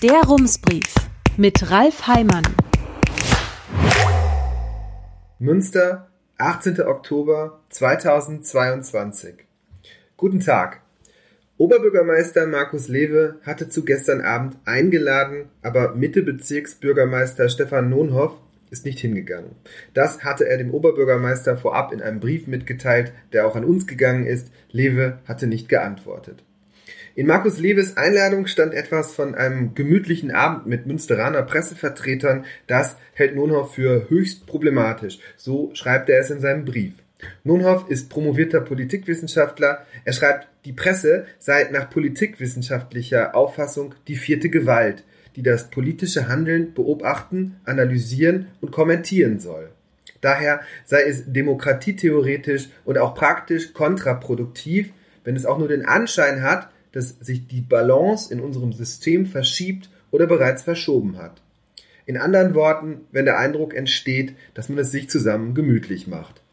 Der Rumsbrief mit Ralf Heimann. Münster, 18. Oktober 2022. Guten Tag. Oberbürgermeister Markus Lewe hatte zu gestern Abend eingeladen, aber Mitte-Bezirksbürgermeister Stefan Nonhoff ist nicht hingegangen. Das hatte er dem Oberbürgermeister vorab in einem Brief mitgeteilt, der auch an uns gegangen ist. Lewe hatte nicht geantwortet. In Markus Lewes Einladung stand etwas von einem gemütlichen Abend mit Münsteraner Pressevertretern. Das hält Nonhoff für höchst problematisch. So schreibt er es in seinem Brief. Nonhoff ist promovierter Politikwissenschaftler. Er schreibt, die Presse sei nach politikwissenschaftlicher Auffassung die vierte Gewalt, die das politische Handeln beobachten, analysieren und kommentieren soll. Daher sei es demokratietheoretisch und auch praktisch kontraproduktiv, wenn es auch nur den Anschein hat, dass sich die Balance in unserem System verschiebt oder bereits verschoben hat. In anderen Worten, wenn der Eindruck entsteht, dass man es sich zusammen gemütlich macht.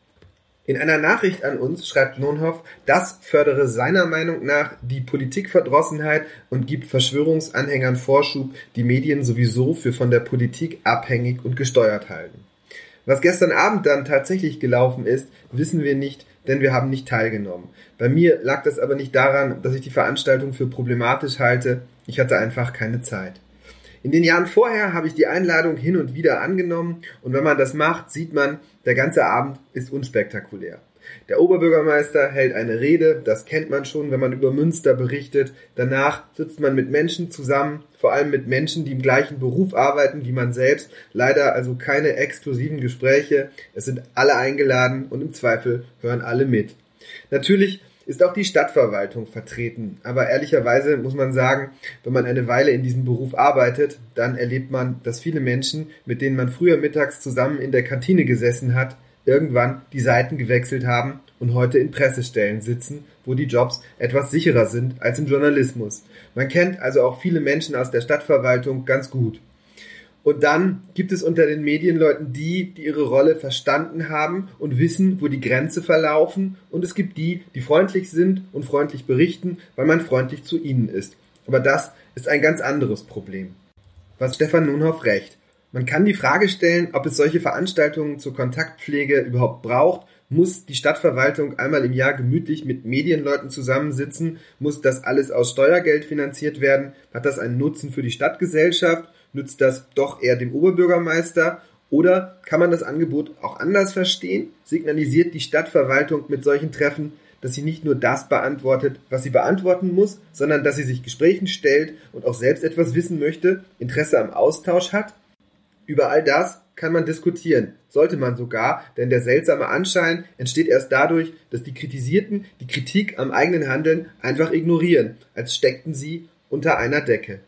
In einer Nachricht an uns schreibt Nonhoff, das fördere seiner Meinung nach die Politikverdrossenheit und gibt Verschwörungsanhängern Vorschub, die Medien sowieso für von der Politik abhängig und gesteuert halten. Was gestern Abend dann tatsächlich gelaufen ist, wissen wir nicht, denn wir haben nicht teilgenommen. Bei mir lag das aber nicht daran, dass ich die Veranstaltung für problematisch halte, ich hatte einfach keine Zeit. In den Jahren vorher habe ich die Einladung hin und wieder angenommen und wenn man das macht, sieht man, der ganze Abend ist unspektakulär. Der Oberbürgermeister hält eine Rede, das kennt man schon, wenn man über Münster berichtet. Danach sitzt man mit Menschen zusammen, vor allem mit Menschen, die im gleichen Beruf arbeiten wie man selbst. Leider also keine exklusiven Gespräche. Es sind alle eingeladen und im Zweifel hören alle mit. Natürlich ist auch die Stadtverwaltung vertreten. Aber ehrlicherweise muss man sagen, wenn man eine Weile in diesem Beruf arbeitet, dann erlebt man, dass viele Menschen, mit denen man früher mittags zusammen in der Kantine gesessen hat, irgendwann die Seiten gewechselt haben und heute in Pressestellen sitzen, wo die Jobs etwas sicherer sind als im Journalismus. Man kennt also auch viele Menschen aus der Stadtverwaltung ganz gut. Und dann gibt es unter den Medienleuten die ihre Rolle verstanden haben und wissen, wo die Grenze verlaufen. Und es gibt die freundlich sind und freundlich berichten, weil man freundlich zu ihnen ist. Aber das ist ein ganz anderes Problem. Was Stefan Nonhoff recht. Man kann die Frage stellen, ob es solche Veranstaltungen zur Kontaktpflege überhaupt braucht. Muss die Stadtverwaltung einmal im Jahr gemütlich mit Medienleuten zusammensitzen? Muss das alles aus Steuergeld finanziert werden? Hat das einen Nutzen für die Stadtgesellschaft? Nützt das doch eher dem Oberbürgermeister? Oder kann man das Angebot auch anders verstehen? Signalisiert die Stadtverwaltung mit solchen Treffen, dass sie nicht nur das beantwortet, was sie beantworten muss, sondern dass sie sich Gesprächen stellt und auch selbst etwas wissen möchte, Interesse am Austausch hat? Über all das kann man diskutieren, sollte man sogar, denn der seltsame Anschein entsteht erst dadurch, dass die Kritisierten die Kritik am eigenen Handeln einfach ignorieren, als steckten sie unter einer Decke.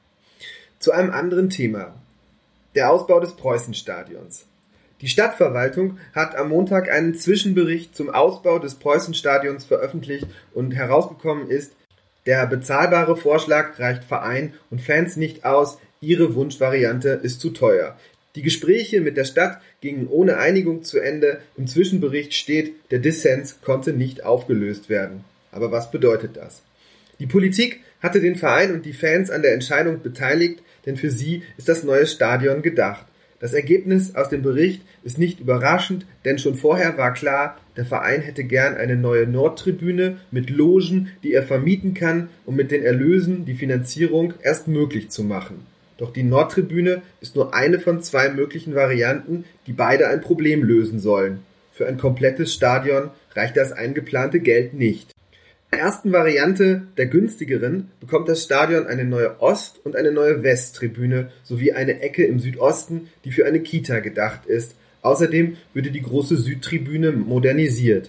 Zu einem anderen Thema. Der Ausbau des Preußenstadions. Die Stadtverwaltung hat am Montag einen Zwischenbericht zum Ausbau des Preußenstadions veröffentlicht und herausgekommen ist, der bezahlbare Vorschlag reicht Verein und Fans nicht aus, ihre Wunschvariante ist zu teuer. Die Gespräche mit der Stadt gingen ohne Einigung zu Ende. Im Zwischenbericht steht, der Dissens konnte nicht aufgelöst werden. Aber was bedeutet das? Die Politik hatte den Verein und die Fans an der Entscheidung beteiligt, denn für sie ist das neue Stadion gedacht. Das Ergebnis aus dem Bericht ist nicht überraschend, denn schon vorher war klar, der Verein hätte gern eine neue Nordtribüne mit Logen, die er vermieten kann, um mit den Erlösen die Finanzierung erst möglich zu machen. Doch die Nordtribüne ist nur eine von zwei möglichen Varianten, die beide ein Problem lösen sollen. Für ein komplettes Stadion reicht das eingeplante Geld nicht. In der ersten Variante, der günstigeren, bekommt das Stadion eine neue Ost- und eine neue Westtribüne sowie eine Ecke im Südosten, die für eine Kita gedacht ist. Außerdem würde die große Südtribüne modernisiert.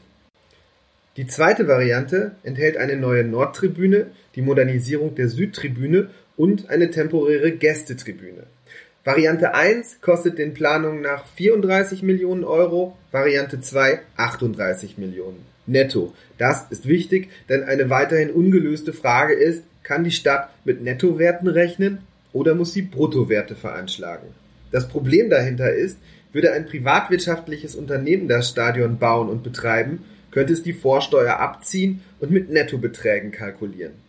Die zweite Variante enthält eine neue Nordtribüne, die Modernisierung der Südtribüne und eine temporäre Gästetribüne. Variante 1 kostet den Planungen nach 34 Millionen Euro, Variante 2 38 Millionen. Netto. Das ist wichtig, denn eine weiterhin ungelöste Frage ist, kann die Stadt mit Nettowerten rechnen oder muss sie Bruttowerte veranschlagen? Das Problem dahinter ist, würde ein privatwirtschaftliches Unternehmen das Stadion bauen und betreiben, könnte es die Vorsteuer abziehen und mit Nettobeträgen kalkulieren.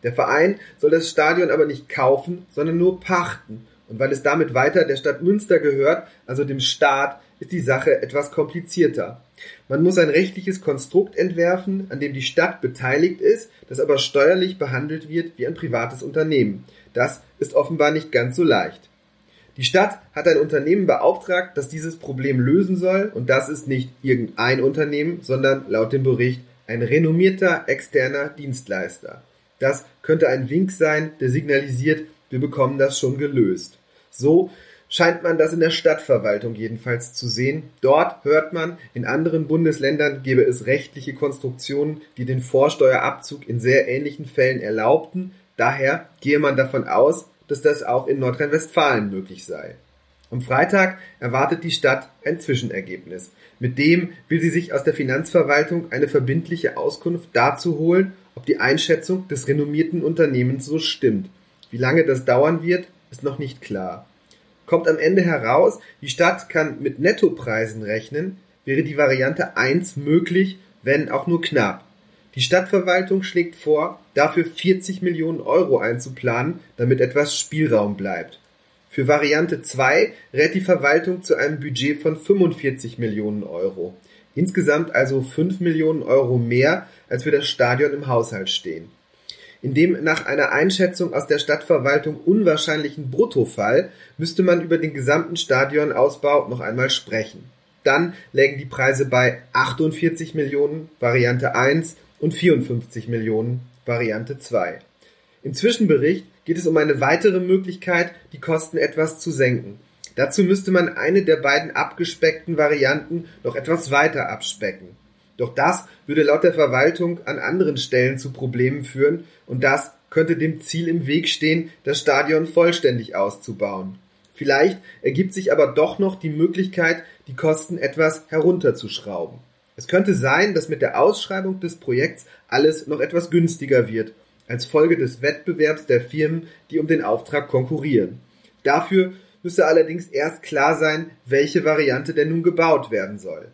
Der Verein soll das Stadion aber nicht kaufen, sondern nur pachten. Und weil es damit weiter der Stadt Münster gehört, also dem Staat, ist die Sache etwas komplizierter. Man muss ein rechtliches Konstrukt entwerfen, an dem die Stadt beteiligt ist, das aber steuerlich behandelt wird wie ein privates Unternehmen. Das ist offenbar nicht ganz so leicht. Die Stadt hat ein Unternehmen beauftragt, das dieses Problem lösen soll, und das ist nicht irgendein Unternehmen, sondern laut dem Bericht ein renommierter externer Dienstleister. Das könnte ein Wink sein, der signalisiert, wir bekommen das schon gelöst. So scheint man das in der Stadtverwaltung jedenfalls zu sehen. Dort hört man, in anderen Bundesländern gäbe es rechtliche Konstruktionen, die den Vorsteuerabzug in sehr ähnlichen Fällen erlaubten. Daher gehe man davon aus, dass das auch in Nordrhein-Westfalen möglich sei. Am Freitag erwartet die Stadt ein Zwischenergebnis. Mit dem will sie sich aus der Finanzverwaltung eine verbindliche Auskunft dazu holen, ob die Einschätzung des renommierten Unternehmens so stimmt. Wie lange das dauern wird, ist noch nicht klar. Kommt am Ende heraus, die Stadt kann mit Nettopreisen rechnen, wäre die Variante 1 möglich, wenn auch nur knapp. Die Stadtverwaltung schlägt vor, dafür 40 Millionen Euro einzuplanen, damit etwas Spielraum bleibt. Für Variante 2 rät die Verwaltung zu einem Budget von 45 Millionen Euro. Insgesamt also 5 Millionen Euro mehr, als für das Stadion im Haushalt stehen. In dem nach einer Einschätzung aus der Stadtverwaltung unwahrscheinlichen Bruttofall müsste man über den gesamten Stadionausbau noch einmal sprechen. Dann lägen die Preise bei 48 Millionen Variante 1 und 54 Millionen Variante 2. Im Zwischenbericht geht es um eine weitere Möglichkeit, die Kosten etwas zu senken. Dazu müsste man eine der beiden abgespeckten Varianten noch etwas weiter abspecken. Doch das würde laut der Verwaltung an anderen Stellen zu Problemen führen und das könnte dem Ziel im Weg stehen, das Stadion vollständig auszubauen. Vielleicht ergibt sich aber doch noch die Möglichkeit, die Kosten etwas herunterzuschrauben. Es könnte sein, dass mit der Ausschreibung des Projekts alles noch etwas günstiger wird, als Folge des Wettbewerbs der Firmen, die um den Auftrag konkurrieren. Dafür müsste allerdings erst klar sein, welche Variante denn nun gebaut werden soll.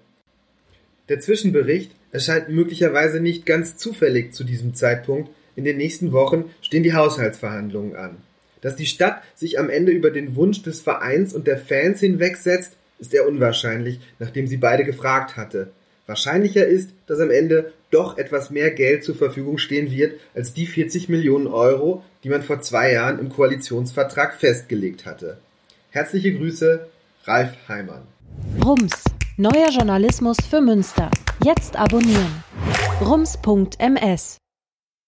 Der Zwischenbericht erscheint möglicherweise nicht ganz zufällig zu diesem Zeitpunkt. In den nächsten Wochen stehen die Haushaltsverhandlungen an. Dass die Stadt sich am Ende über den Wunsch des Vereins und der Fans hinwegsetzt, ist eher unwahrscheinlich, nachdem sie beide gefragt hatte. Wahrscheinlicher ist, dass am Ende doch etwas mehr Geld zur Verfügung stehen wird als die 40 Millionen Euro, die man vor 2 Jahren im Koalitionsvertrag festgelegt hatte. Herzliche Grüße, Ralf Heimann. Rums, neuer Journalismus für Münster. Jetzt abonnieren. rums.ms